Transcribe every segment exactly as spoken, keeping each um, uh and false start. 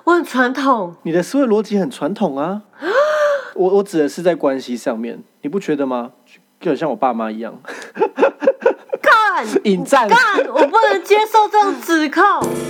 我很传统。 你的思维逻辑很传统啊。我我指的是在关系上面，你不觉得吗？就很像我爸妈一样。 干， 引战。 干，我不能接受这种指控。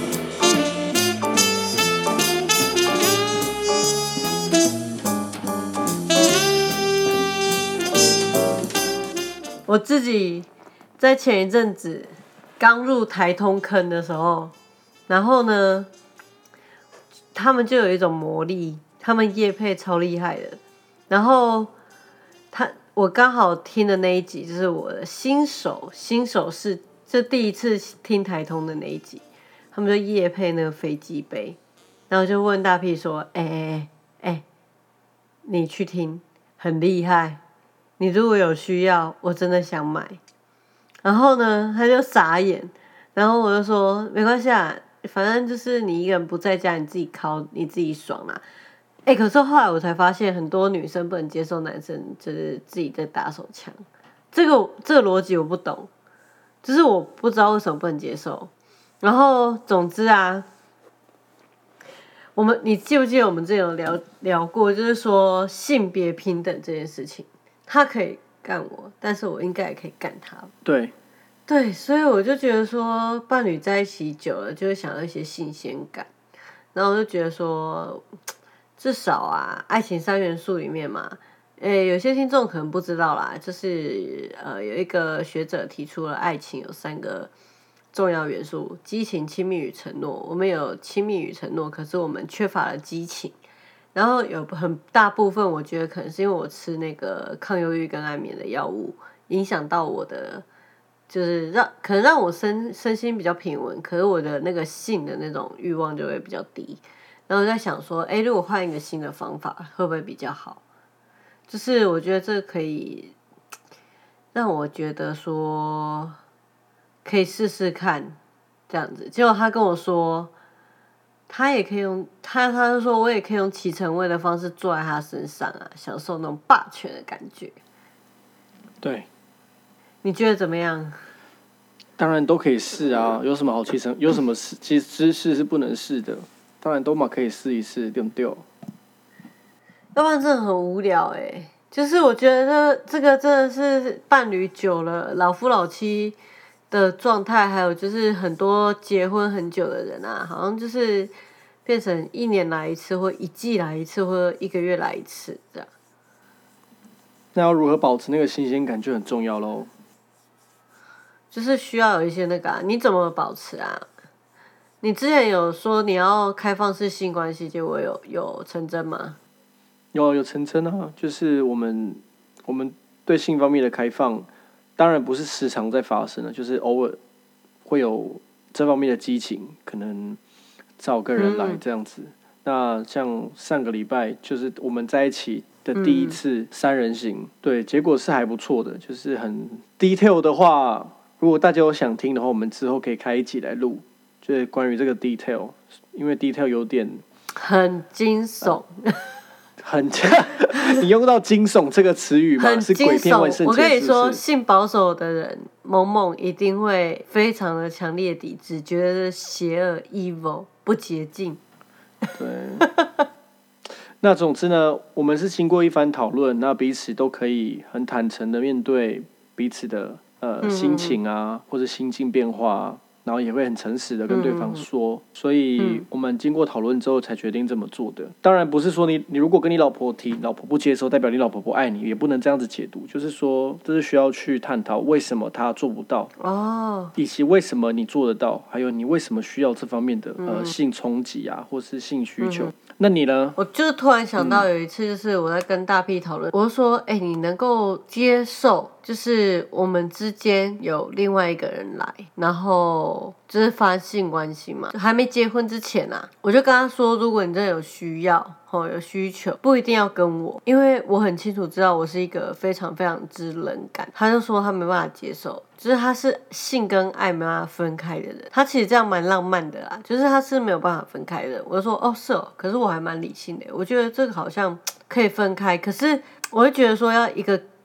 我自己在前一阵子刚入台通坑的时候，然后呢，他们就有一种魔力，他们业配超厉害的。然后他我刚好听的那一集就是我的新手新手是就第一次听台通的那一集，他们就业配那个飞机杯，然后就问大 P 说：“哎哎哎，你去听，很厉害。你如果有需要，我真的想买。”然后呢，他就傻眼，然后我就说没关系啊，反正就是你一个人不在家，你自己烤，你自己爽啦。哎、欸，可是后来我才发现，很多女生不能接受男生就是自己在打手枪，这个这个逻辑我不懂，就是我不知道为什么不能接受。然后总之啊，我们你记不记得我们之前有聊聊过，就是说性别平等这件事情，他可以干我，但是我应该也可以干他。 对， 对，所以我就觉得说，伴侣在一起久了，就会想要一些新鲜感。然后我就觉得说，至少啊，爱情三元素里面嘛，诶，有些听众可能不知道啦，就是呃，有一个学者提出了爱情有三个重要元素：激情、亲密与承诺。我们有亲密与承诺，可是我们缺乏了激情。然后有很大部分，我觉得可能是因为我吃那个抗忧郁跟安眠的药物，影响到我的，就是让可能让我身身心比较平稳，可是我的那个性的那种欲望就会比较低。然后我在想说，哎，如果换一个新的方法，会不会比较好？就是我觉得这可以让我觉得说，可以试试看这样子。结果他跟我说，他也可以用他，他就说我也可以用骑乘位的方式坐在他身上啊，享受那种霸权的感觉。 对， 你觉得怎么样？ 当然都可以试啊，有什么好骑乘？有什么事其实知识是不能试的？当然都嘛可以试一试，对不对？ 要不然真的很无聊哎、欸。就是我觉得这个真的是伴侣久了，老夫老妻的状态，还有就是很多结婚很久的人啊，好像就是变成一年来一次，或一季来一次，或一个月来一次这样。 那要如何保持那个新鲜感就很重要咯。 就是需要有一些那个、啊，你怎么保持啊？你之前有说你要开放式性关系，结果有有成真吗？ 有有成真啊，就是我们我们对性方面的开放，当然不是时常在发生的，就是偶尔会有这方面的激情，可能找个人来这样子。嗯、那像上个礼拜就是我们在一起的第一次三人行，嗯、对，结果是还不错的，就是很 detail 的话，如果大家有想听的话，我们之后可以开一集来录，就是关于这个 detail， 因为 detail 有点很惊悚。呃很，你用到惊悚这个词语吗？是鬼片万圣节是不是？ 我跟你说，性保守的人，萌萌一定会非常的强烈抵制，觉得邪恶、evil、不洁净。 对。那总之呢，我们是经过一番讨论，那彼此都可以很坦诚的面对彼此的呃心情啊，嗯、或者心境变化、啊。然后也会很诚实的跟对方说，嗯、所以我们经过讨论之后才决定这么做的。当然不是说你你如果跟你老婆提，老婆不接受，代表你老婆不爱你，也不能这样子解读。就是说，这是需要去探讨为什么他做不到，哦，以及为什么你做得到，还有你为什么需要这方面的、嗯、呃性冲击啊，或是性需求。嗯、那你呢？ 我就是突然想到有一次，就是我在跟大 P 讨论，嗯、我就说，哎、欸，你能够接受，就是我们之间有另外一个人来，然后。就是发生性关系嘛，还没结婚之前啊，我就跟他说，如果你真的有需要，吼有需求，不一定要跟我，因为我很清楚知道我是一个非常非常之冷感。他就说他没办法接受，就是他是性跟爱没办法分开的人。他其实这样蛮浪漫的啦，就是他是没有办法分开的。我就说哦是哦，可是我还蛮理性的，我觉得这个好像可以分开，可是我会觉得说要一个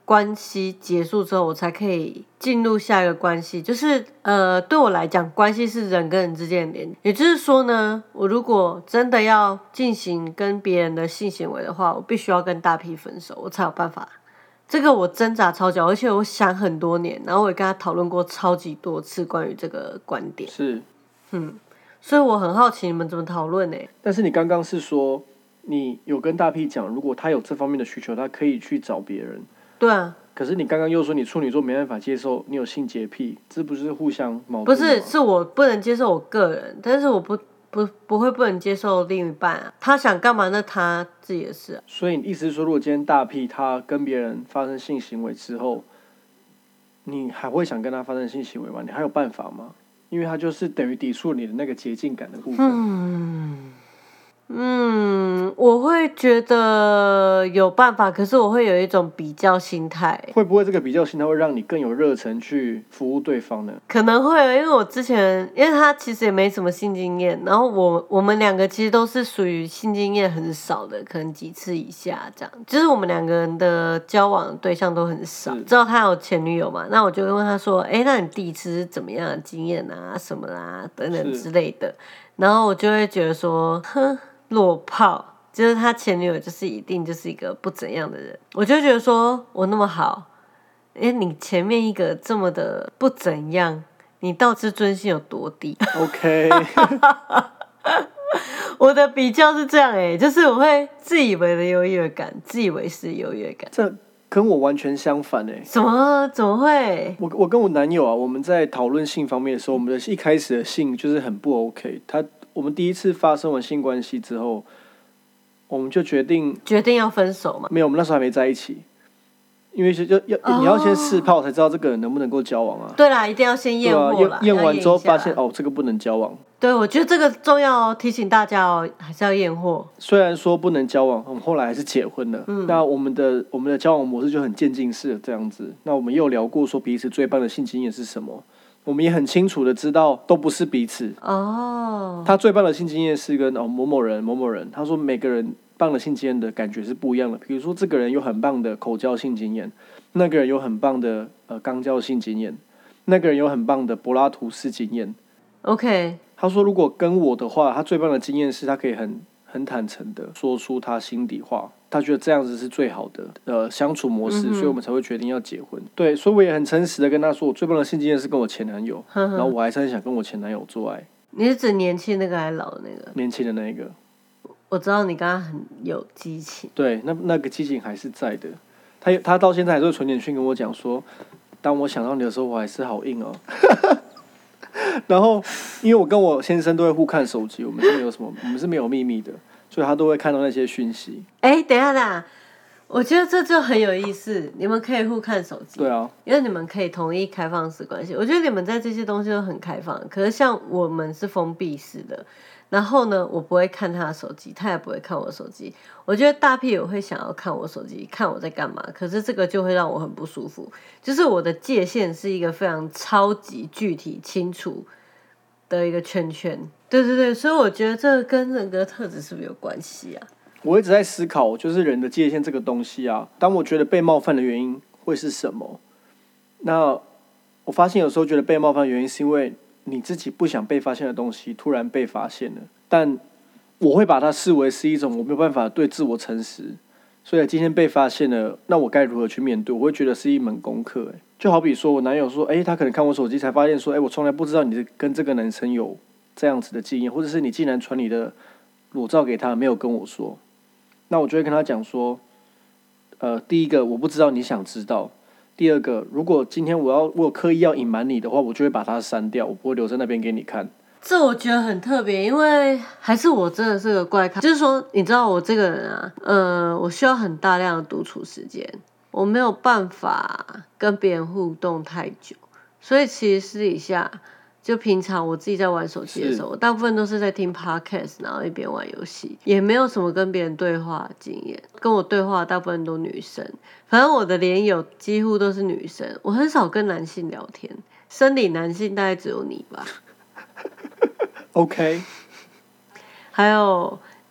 关系结束之后，我才可以进入下一个关系。就是呃，对我来讲，关系是人跟人之间的连接。也就是说呢，我如果真的要进行跟别人的性行为的话，我必须要跟大 P 分手，我才有办法。这个我挣扎超久，而且我想很多年，然后我也跟他讨论过超级多次关于这个观点。 是， 嗯，所以我很好奇你们怎么讨论呢？ 但是你刚刚是说，你有跟大 P 讲，如果他有这方面的需求，他可以去找别人。 对啊。 可是你刚刚又说你处女座没办法接受你有性洁癖，这不是互相矛盾吗？ 不是，是我不能接受我个人，但是我不不不会不能接受另一半啊。他想干嘛那他自己的事啊。 所以你意思是说，如果今天大 P 他跟别人发生性行为之后，你还会想跟他发生性行为吗？你还有办法吗？因为他就是等于抵触你的那个洁净感的部分。 嗯嗯，我会觉得有办法，可是我会有一种比较心态。 会不会这个比较心态会让你更有热忱去服务对方呢？ 可能会，因为我之前，因为他其实也没什么性经验，然后我我们两个其实都是属于性经验很少的，可能几次以下这样。就是我们两个人的交往的对象都很少。知道他有前女友嘛？那我就问他说：“哎，那你第一次是怎么样的经验啊？什么啊？等等之类的。”然后我就会觉得说，哼。落炮，就是他前女友就是一定就是一个不怎样的人，我就觉得说我那么好，哎，你前面一个这么的不怎样，你到自尊心有多低 ？OK， 我的比较是这样哎、欸，就是我会自以为的优越感，自以为是优越感。 这跟我完全相反哎、欸。 什么？怎么会？ 我我跟我男友啊，我们在讨论性方面的时候，我们的一开始的性就是很不 OK。他我们第一次发生完性关系之后，我们就决定决定要分手嘛？ 没有，我们那时候还没在一起，因为就要、哦、你要先试炮才知道这个人能不能够交往啊。 对啦，一定要先验货啦。 验、啊、完之后发现哦，这个不能交往。 对，我觉得这个重要哦，提醒大家哦，还是要验货。 虽然说不能交往，我们后来还是结婚了。嗯、那我们的我们的交往模式就很渐进式的这样子。那我们也有聊过说彼此最棒的性经验是什么。我们也很清楚的知道，都不是彼此。 哦。 他最棒的性经验是跟哦某某人某某人，他说每个人棒的性经验的感觉是不一样的。比如说这个人有很棒的口交性经验，那个人有很棒的呃肛交性经验，那个人有很棒的柏拉图式经验。 OK。 他说如果跟我的话，他最棒的经验是他可以很很坦诚的说出他心底话。他觉得这样子是最好的呃相处模式、嗯，所以我们才会决定要结婚。对，所以我也很诚实的跟他说，我最棒的性经验是跟我前男友，呵呵然后我还是很想跟我前男友做爱。 你是指年轻那个还是老的那个？ 年轻的那个。 我知道你刚刚很有激情。 对，那那个激情还是在的。他他到现在还是会传简讯跟我讲说，当我想到你的时候，我还是好硬哦。然后，因为我跟我先生都会互看手机，我们是没有什么，我们是没有秘密的。所以他都会看到那些讯息。 哎，等一下啦，我觉得这就很有意思。你们可以互看手机， 对啊， 因为你们可以同意开放式关系。我觉得你们在这些东西都很开放，可是像我们是封闭式的。然后呢，我不会看他的手机，他也不会看我的手机。我觉得大 P 也会想要看我手机，看我在干嘛。可是这个就会让我很不舒服，就是我的界限是一个非常超级具体清楚的一个圈圈。对对对，所以我觉得这跟人格特质是不是有关系啊？ 我一直在思考，就是人的界限这个东西啊。当我觉得被冒犯的原因会是什么？那我发现有时候觉得被冒犯的原因是因为你自己不想被发现的东西突然被发现了，但我会把它视为是一种我没有办法对自我诚实，所以今天被发现了，那我该如何去面对？我会觉得是一门功课。就好比说我男友说，哎，他可能看我手机才发现说，哎，我从来不知道你跟这个男生有这样子的经验，或者是你竟然传你的裸照给他，没有跟我说，那我就会跟他讲说，呃，第一个我不知道你想知道，第二个如果今天我要我有刻意要隐瞒你的话，我就会把它删掉，我不会留在那边给你看。 这我觉得很特别，因为还是我真的是个怪咖，就是说你知道我这个人啊，呃，我需要很大量的独处时间，我没有办法跟别人互动太久，所以其实私底下就平常我自己在玩手机的时候，我大部分都是在听 podcast， 然后一边玩游戏，也没有什么跟别人对话的经验。跟我对话的大部分都女生，反正我的连友几乎都是女生，我很少跟男性聊天，生理男性大概只有你吧。 OK。 还有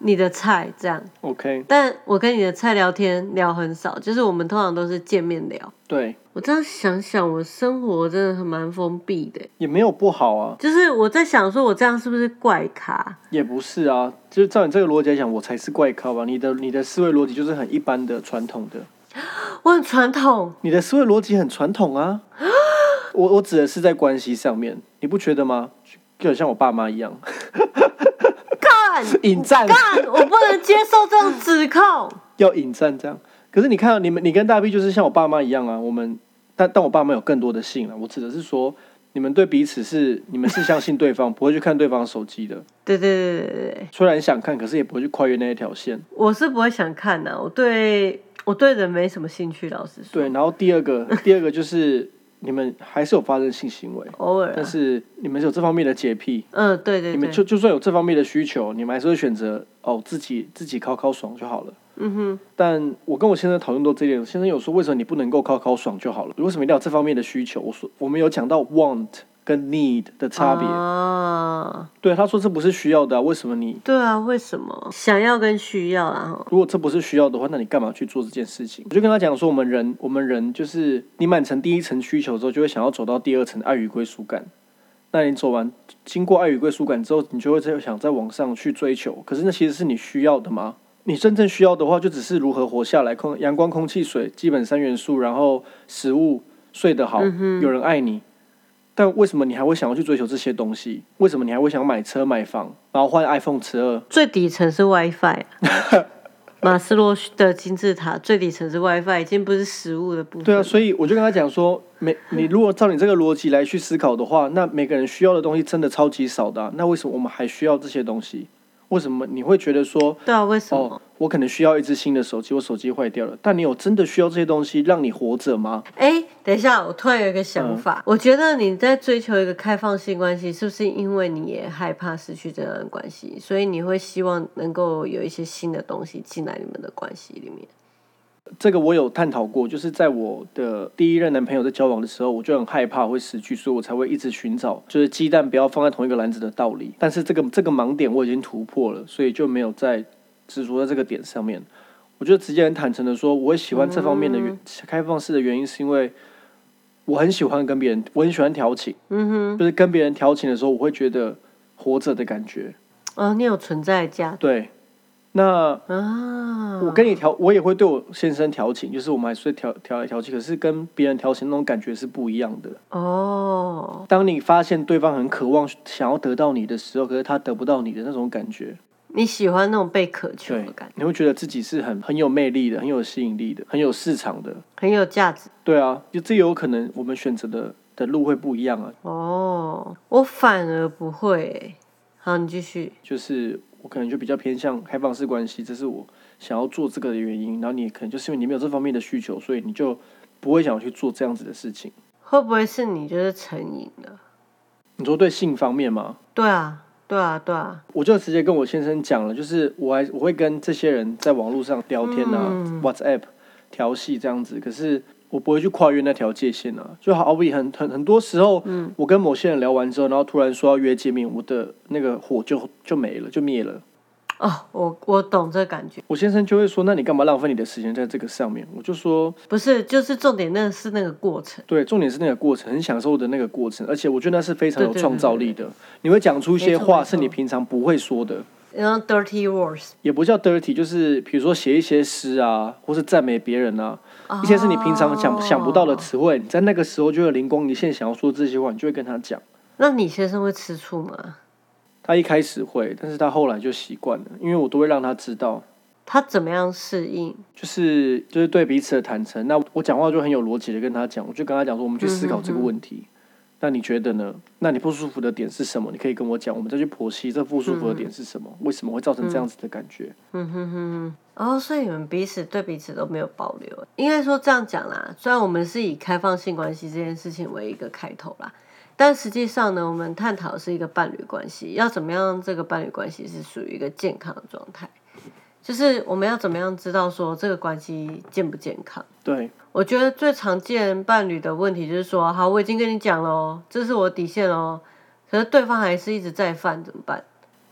你的菜这样。 OK。 但我跟你的菜聊天聊很少，就是我们通常都是见面聊。 对。 我这样想想，我生活真的很蛮封闭的。 也没有不好啊。 就是我在想说，我这样是不是怪咖？ 也不是啊，就是照你这个逻辑来讲，我才是怪咖吧？你的你的思维逻辑就是很一般的传统的。 我很传统。 你的思维逻辑很传统啊。我我指的是在关系上面，你不觉得吗？就很像我爸妈一样。 干引战。 干，我不能接受这种指控。 要引战这样，可是你看，你们你跟大 B 就是像我爸妈一样啊。我们但但我爸妈有更多的性啊。我指的是说，你们对彼此是你们是相信对方，不会去看对方手机的。 对对对对对。 虽然想看，可是也不会去跨越那一条线。 我是不会想看的、啊，我对我对人没什么兴趣，老实说。 对，然后第二个第二个就是你们还是有发生性行为， 偶尔、啊， 但是你们是有这方面的洁癖。 嗯，对对对。 你们就就算有这方面的需求，你们还是会选择哦自己自己靠靠爽就好了。 嗯哼。 但我跟我先生讨论到这一点，先生有说为什么你不能够靠靠爽就好了？为什么一定要有这方面的需求？我说我们有讲到 want 跟 need 的差别。 啊。 对，他说这不是需要的啊，为什么你？ 对啊，为什么想要跟需要啊？ 如果这不是需要的话，那你干嘛去做这件事情？我就跟他讲说，我们人我们人就是你满成第一层需求之后，就会想要走到第二层爱与归属感。那你走完经过爱与归属感之后，你就会再想再往上去追求。可是那其实是你需要的吗？你真正需要的话，就只是如何活下来，空阳光、空气、水，基本三元素，然后食物，睡得好， 嗯、 有人爱你。但为什么你还会想要去追求这些东西？为什么你还会想买车买房，然后换 iPhone 十二？ 最底层是 WiFi， 马斯洛的金字塔最底层是 WiFi， 已经不是食物的部分。 对啊，所以我就跟他讲说，每你如果照你这个逻辑来去思考的话，那每个人需要的东西真的超级少的、啊。那为什么我们还需要这些东西？为什么你会觉得说， 对啊，为什么？ 哦，我可能需要一只新的手机，我手机坏掉了，但你有真的需要这些东西让你活着吗？ 哎，等一下，我突然有一个想法、嗯，我觉得你在追求一个开放性关系，是不是因为你也害怕失去这段关系，所以你会希望能够有一些新的东西进来你们的关系里面？ 这个我有探讨过，就是在我的第一任男朋友在交往的时候，我就很害怕会失去，所以我才会一直寻找，就是鸡蛋不要放在同一个篮子的道理。但是这个这个盲点我已经突破了，所以就没有再执着在这个点上面。我就直接很坦诚的说，我会喜欢这方面的原、嗯、开放式的原因，是因为我很喜欢跟别人，我很喜欢调情， 嗯哼， 就是跟别人调情的时候，我会觉得活着的感觉。 哦，你有存在价值。 对。那啊， 我跟你调，我也会对我先生调情，就是我们还是会调调来调去，可是跟别人调情那种感觉是不一样的。 哦， 当你发现对方很渴望想要得到你的时候，可是他得不到你的那种感觉， 你喜欢那种被渴求的感觉， 你会觉得自己是很很有魅力的，很有吸引力的，很有市场的， 很有价值。 对啊，就这有可能我们选择的的路会不一样啊。 哦，我反而不会、欸。好，你继续。 就是我可能就比较偏向开放式关系，这是我想要做这个的原因。然后你可能就是因为你没有这方面的需求，所以你就不会想要去做这样子的事情。 会不会是你就是成瘾了？ 你说对性方面吗？ 对啊，对啊，对啊。 我就直接跟我先生讲了，就是我还我会跟这些人在网络上聊天啊、嗯、，WhatsApp 调戏这样子，可是我不会去跨越那条界限啊。就好比很很很多时候、嗯，我跟某些人聊完之后，然后突然说要约见面，我的那个火就就没了，就灭了。 哦，我我懂这感觉。 我先生就会说：“那你干嘛浪费你的时间在这个上面？”我就说：“ 不是，就是重点，那是那个过程。 对，重点是那个过程，很享受的那个过程，而且我觉得那是非常有创造力的。對對對對對，你會講出一些話是你平常不會說的， 然後 dirty words 也不叫 dirty， 就是比如說寫一些詩啊，或是讚美別人啊，哦、一些是你平常想想不到的詞彙，你在那個時候就有靈光一現，想要說這些話，你就會跟他講。 那你先生會吃醋嗎？ 他一開始會，但是他後來就習慣了，因為我都會讓他知道。 他怎麼樣適應？ 就是就是對彼此的坦誠。那我講話就很有邏輯的跟他講，我就跟他講說，我們去思考這個問題。嗯、那你覺得呢？那你不舒服的點是什麼？你可以跟我講，我們再去剖析這不舒服的點是什麼？嗯、為什麼會造成這樣子的感覺？ 嗯哼哼哼。哦，所以你們彼此對彼此都沒有保留。應該說這樣講啦，雖然我們是以開放性關係這件事情為一個開頭啦。但實際上呢，我們探討的是一個伴侶關係，要怎麼樣這個伴侶關係是屬於一個健康的狀態，就是我們要怎麼樣知道說這個關係健不健康。 對， 我覺得最常見伴侶的問題就是說，好，我已經跟你講了，這是我的底線咯，可是對方還是一直在犯，怎麼辦？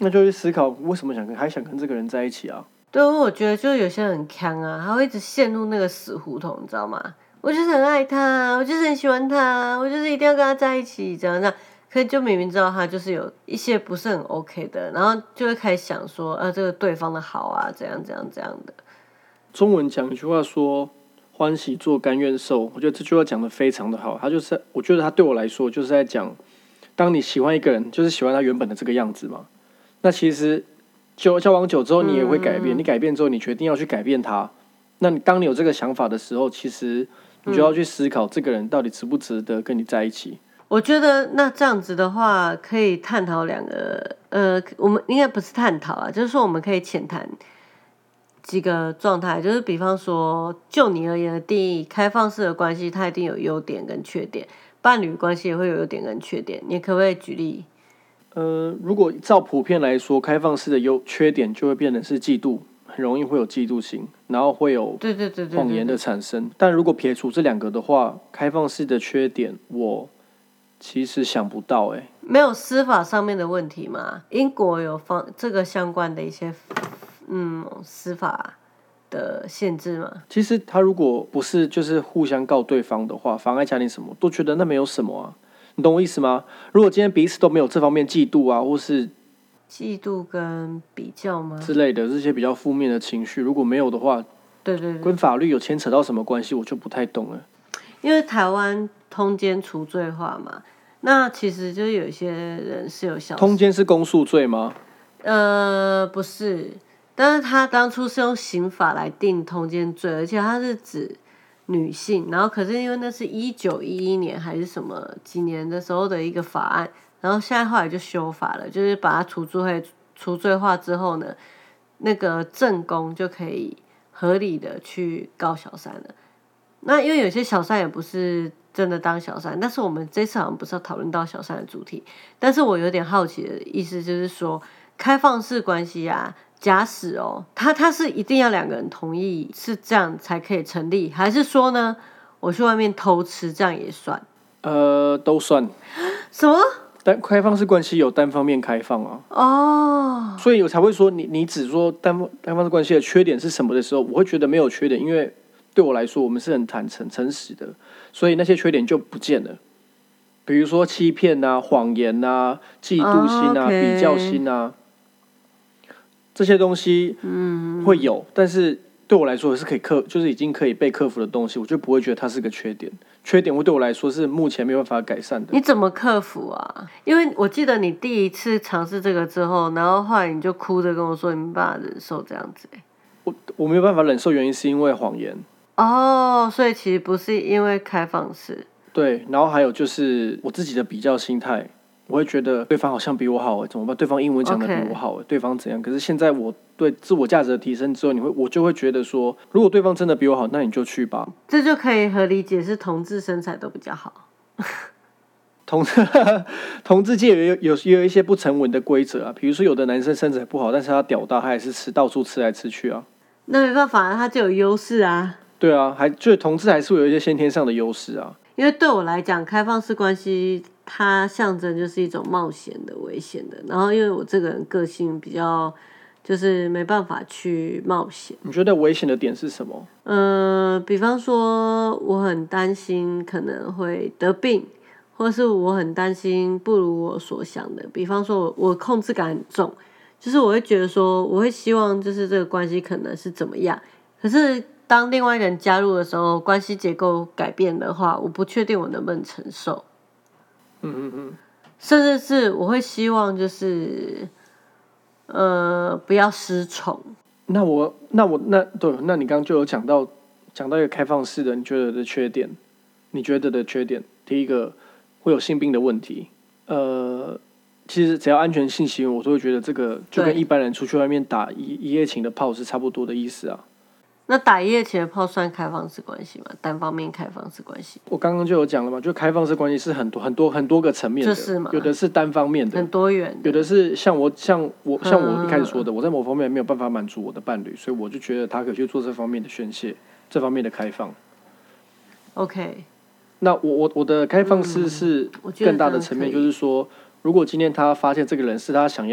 那就去思考为什么想跟还想跟这个人在一起啊？ 对，我觉得就是有些人很强啊，他会一直陷入那个死胡同，你知道吗？我就是很爱他，我就是很喜欢他，我就是一定要跟他在一起，这样这样。可是就明明知道他就是有一些不是很 OK 的，然后就会开始想说，呃，这个对方的好啊，怎样怎样怎样的。 中文讲一句话说“欢喜做，甘愿受”，我觉得这句话讲的非常的好。他就是，我觉得他对我来说就是在讲，当你喜欢一个人，就是喜欢他原本的这个样子嘛。那其实交交往久之后，你也会改变。嗯、你改变之后，你决定要去改变他。那你当你有这个想法的时候，其实你就要去思考，这个人到底值不值得跟你在一起。 我觉得那这样子的话，可以探讨两个，呃，我们应该不是探讨啊，就是说我们可以浅谈几个状态，就是比方说，就你而言的定义，开放式的关系它一定有优点跟缺点，伴侣关系也会有优点跟缺点，你可不可以举例？ 呃，如果照普遍来说，开放式的优缺点就会变成是嫉妒，很容易会有嫉妒心，然后会有对对对谎言的产生。但如果撇除这两个的话，开放式的缺点我其实想不到哎、欸， 没有司法上面的问题吗？英国有方这个相关的一些嗯司法的限制吗？ 其实他如果不是就是互相告对方的话，妨碍家庭什么，都觉得那没有什么啊。你懂我意思吗？如果今天彼此都没有这方面嫉妒啊，或是嫉妒跟比较吗之类的这些比较负面的情绪，如果没有的话， 对对对， 跟法律有牵扯到什么关系，我就不太懂了。 因为台湾通奸除罪化嘛，那其实就有一些人是有小通奸是公诉罪吗？ 呃，不是，但是他当初是用刑法来定通奸罪，而且他是指女性，然后可是因为那是一九一一年还是什么几年的时候的一个法案，然后现在后来就修法了，就是把它除罪除罪化之后呢，那个正宫就可以合理的去告小三了。那因为有些小三也不是真的当小三，但是我们这次好像不是要讨论到小三的主题，但是我有点好奇的意思就是说，开放式关系啊，假使哦，他他是一定要两个人同意是这样才可以成立，还是说呢，我去外面偷吃这样也算？ 呃，都算。 什么？ 单开放式关系有单方面开放啊。 哦， 所以我才会说你你只说单单方式关系的缺点是什么的时候，我会觉得没有缺点，因为对我来说我们是很坦诚诚实的，所以那些缺点就不见了。比如说欺骗啊、谎言啊、嫉妒心啊、oh, okay. 比较心啊，这些东西会有，嗯、但是对我来说是可以克，就是已经可以被克服的东西，我就不会觉得它是个缺点。缺点会对我来说是目前没有办法改善的。 你怎么克服啊？因为我记得你第一次尝试这个之后，然后后来你就哭着跟我说你没办法忍受这样子、欸。 我我没有办法忍受，原因是因为谎言。 哦，所以其实不是因为开放式。 对，然后还有就是我自己的比较心态，我会觉得对方好像比我好，怎么办？对方英文讲的比我好， okay. 对方怎样？可是现在我对自我价值的提升之后，你会我就会觉得说，如果对方真的比我好，那你就去吧。 这就可以合理解释同志身材都比较好。 同同志界有有也有一些不成文的规则啊，比如说有的男生身材不好，但是他屌大，他还是吃到处吃来吃去啊。 那没办法，他就有优势啊。 对啊，还就同志还是会有一些先天上的优势啊。 因为对我来讲，开放式关系它象征就是一种冒险的、危险的。然后，因为我这个人个性比较，就是没办法去冒险。 你觉得危险的点是什么？ 呃，比方说，我很担心可能会得病，或是我很担心不如我所想的。比方说我，我控制感很重，就是我会觉得说，我会希望就是这个关系可能是怎么样，可是。当另外一个人加入的时候，关系结构改变的话，我不确定我能不能承受。 嗯嗯嗯。 甚至是我会希望就是，呃，不要失宠。 那我那我那对，那你刚刚就有讲到讲到一个开放式的，你觉得的缺点？你觉得的缺点，第一个会有性病的问题。呃，其实只要安全性行为，我都会觉得这个就跟一般人出去外面打一一夜情的炮是差不多的意思啊。 那打一夜情的炮算开放式关系吗？单方面开放式关系？ 我刚刚就有讲了嘛，就开放式关系是很多很多很多个层面的， 就是嘛， 有的是单方面的， 很多元的， 有的是像我像我像我一开始说的，我在某方面没有办法满足我的伴侣，所以我就觉得他可以去做这方面的宣泄，这方面的开放。 OK。 那我我我的开放式是更大的层面，就是说，如果今天他发现这个人是他想要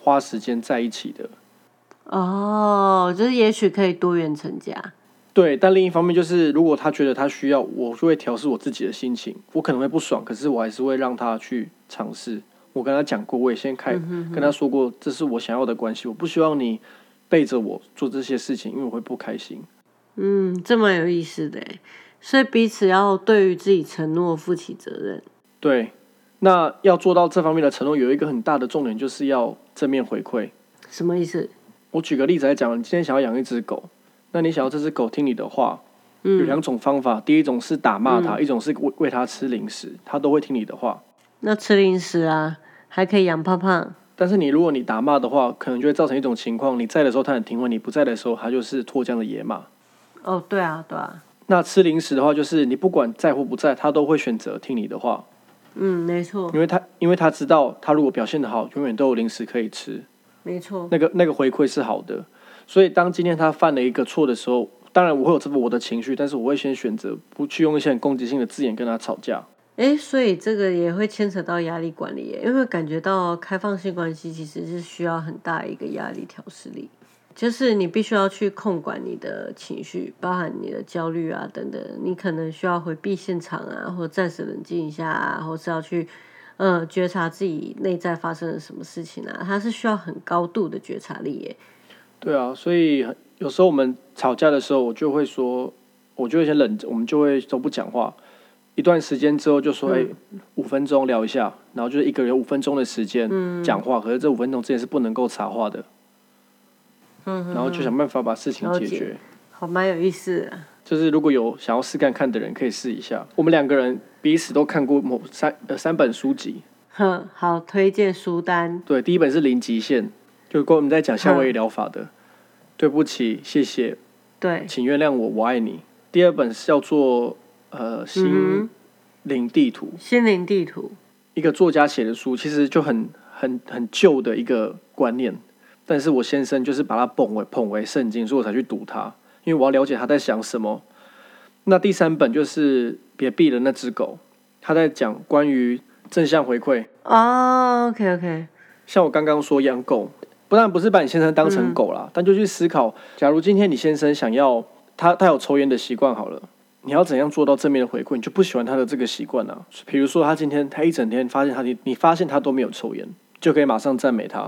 花时间在一起的。 哦，就是也许可以多元成家。 对，但另一方面就是，如果他觉得他需要，我就会调试我自己的心情。我可能会不爽，可是我还是会让他去尝试。我跟他讲过，我也先开、嗯、跟他说过，这是我想要的关系，我不希望你背着我做这些事情，因为我会不开心。 嗯，这蛮有意思的耶。所以彼此要对于自己承诺负起责任。 对，那要做到这方面的承诺，有一个很大的重点就是要正面回馈。 什么意思？ 我举个例子来讲，你今天想要养一只狗。那你想要这只狗听你的话，嗯、有两种方法。第一种是打骂它、嗯，一种是喂它吃零食，它都会听你的话。 那吃零食啊，还可以养胖胖。 但是你如果你打骂的话，可能就会造成一种情况：你在的时候它很听话，你不在的时候它就是脱缰的野马。 哦，对啊，对啊。 那吃零食的话，就是你不管在或不在，它都会选择听你的话。 嗯，没错。 因为它因为它知道，它如果表现得好，永远都有零食可以吃。 没错。 那个那个回馈是好的。所以当今天他犯了一个错的时候，当然我会有这个我的情绪，但是我会先选择不去用一些很攻击性的字眼跟他吵架。 哎，所以这个也会牵扯到压力管理耶，因为感觉到开放性关系其实是需要很大一个压力调试力，就是你必须要去控管你的情绪，包含你的焦虑啊等等，你可能需要回避现场啊，或暂时冷静一下啊，或是要去呃觉察自己内在发生了什么事情啊，它是需要很高度的觉察力耶。 对啊，所以有时候我们吵架的时候，我就会说，我就会先冷，我们就会都不讲话。一段时间之后就说，哎、嗯，五分钟聊一下，然后就是一个人五分钟的时间讲话、嗯，可是这五分钟之前是不能够插话的。嗯，然后就想办法把事情解决。 好，蛮有意思的。 就是如果有想要试看看的人，可以试一下。我们两个人彼此都看过某三呃三本书籍。 哼，好，推荐书单。 对，第一本是《零极限》。就跟我们在讲夏威夷疗法的，对不起，谢谢， 对， 请原谅我，我爱你。第二本是叫做呃心灵地图， 心灵地图， 一个作家写的书，其实就很很很旧的一个观念，但是我先生就是把它捧为捧为圣经，所以我才去读它，因为我要了解他在想什么。那第三本就是别避了那只狗，他在讲关于正向回馈。 哦、oh, ，OK OK， 像我刚刚说养狗。不然不是把你先生当成狗啦、嗯，但就去思考，假如今天你先生想要他他有抽烟的习惯好了，你要怎样做到正面的回馈？你就不喜欢他的这个习惯啊。比如说他今天他一整天发现他你你发现他都没有抽烟，就可以马上赞美他。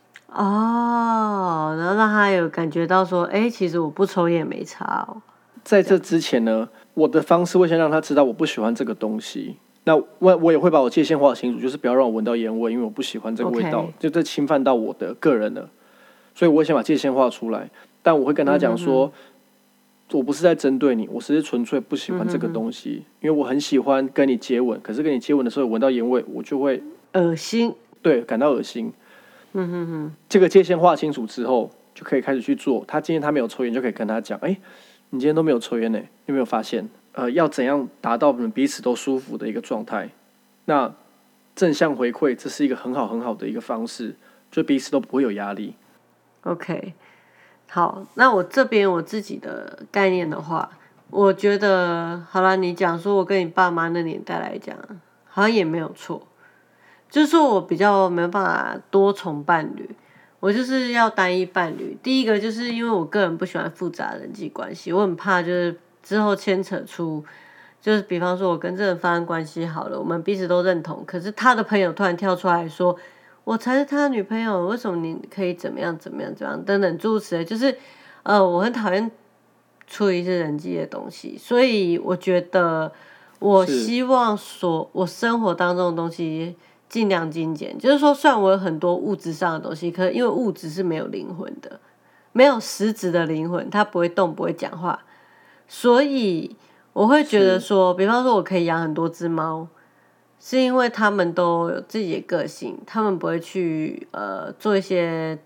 哦，然后让他有感觉到说，哎，其实我不抽烟也没差哦。 在这之前呢，我的方式会先让他知道我不喜欢这个东西。那我我也会把我界限画清楚，就是不要让我闻到烟味，因为我不喜欢这个味道， okay. 就这侵犯到我的个人了。所以我会先把界限画出来，但我会跟他讲说、嗯，我不是在针对你，我只是纯粹不喜欢这个东西、嗯，因为我很喜欢跟你接吻，可是跟你接吻的时候闻到烟味，我就会恶心， 对，感到恶心。 嗯哼哼， 这个界限画清楚之后，就可以开始去做。他今天他没有抽烟，就可以跟他讲，哎、欸，你今天都没有抽烟呢，你有没有发现？呃，要怎样达到我们彼此都舒服的一个状态？那正向回馈，这是一个很好很好的一个方式，就彼此都不会有压力。 OK， 好，那我这边我自己的概念的话，我觉得好啦，你讲说我跟你爸妈那年代来讲，好像也没有错，就是说我比较没办法多重伴侣，我就是要单一伴侣。第一个就是因为我个人不喜欢复杂人际关系，我很怕就是之后牵扯出，就是比方说我跟这个人发生关系好了，我们彼此都认同，可是他的朋友突然跳出来说，我才是他的女朋友，为什么你可以怎么样怎么样怎么样等等诸如此类，就是呃我很讨厌处理一些人际的东西，所以我觉得我希望所我生活当中的东西尽量精简，就是说虽然我有很多物质上的东西，可是因为物质是没有灵魂的，没有实质的灵魂，它不会动不会讲话，所以我会觉得说，比方说我可以养很多只猫，是因为他们都有自己的个性，他们不会去呃做一些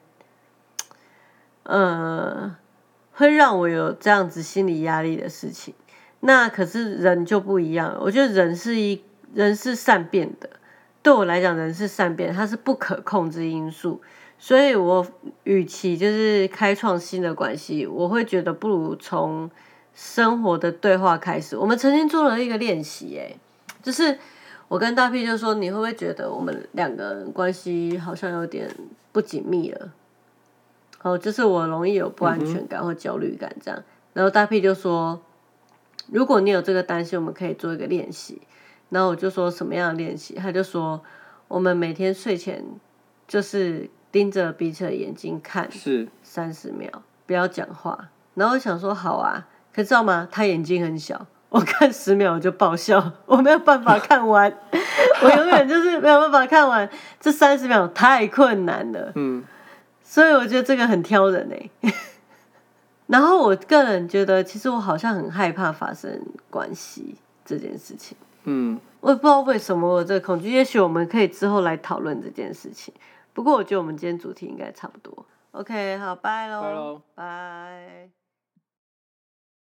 呃会让我有这样子心理压力的事情。那可是人就不一样了，我觉得人是一人是善变的，对我来讲人是善变，它是不可控制因素，所以我与其就是开创新的关系，我会觉得不如从生活的对话开始。我们曾经做了一个练习，哎，就是我跟大 P 就说，你会不会觉得我们两个人关系好像有点不紧密了？哦，就是我容易有不安全感或焦虑感这样。然后大 P 就说，如果你有这个担心，我们可以做一个练习。然后我就说什么样的练习？他就说，我们每天睡前就是盯着彼此的眼睛看， 是三十秒，不要讲话。然后我想说好啊，可知道吗？他眼睛很小，我看十秒我就爆笑，我没有办法看完，我永远就是没有办法看完，这三十秒太困难了。 嗯， 所以我觉得这个很挑人哎。然后我个人觉得，其实我好像很害怕发生关系这件事情。 嗯， 我也不知道为什么我有这个恐惧，也许我们可以之后来讨论这件事情。不过我觉得我们今天主题应该差不多。OK， 好，拜喽， 拜喽， 拜。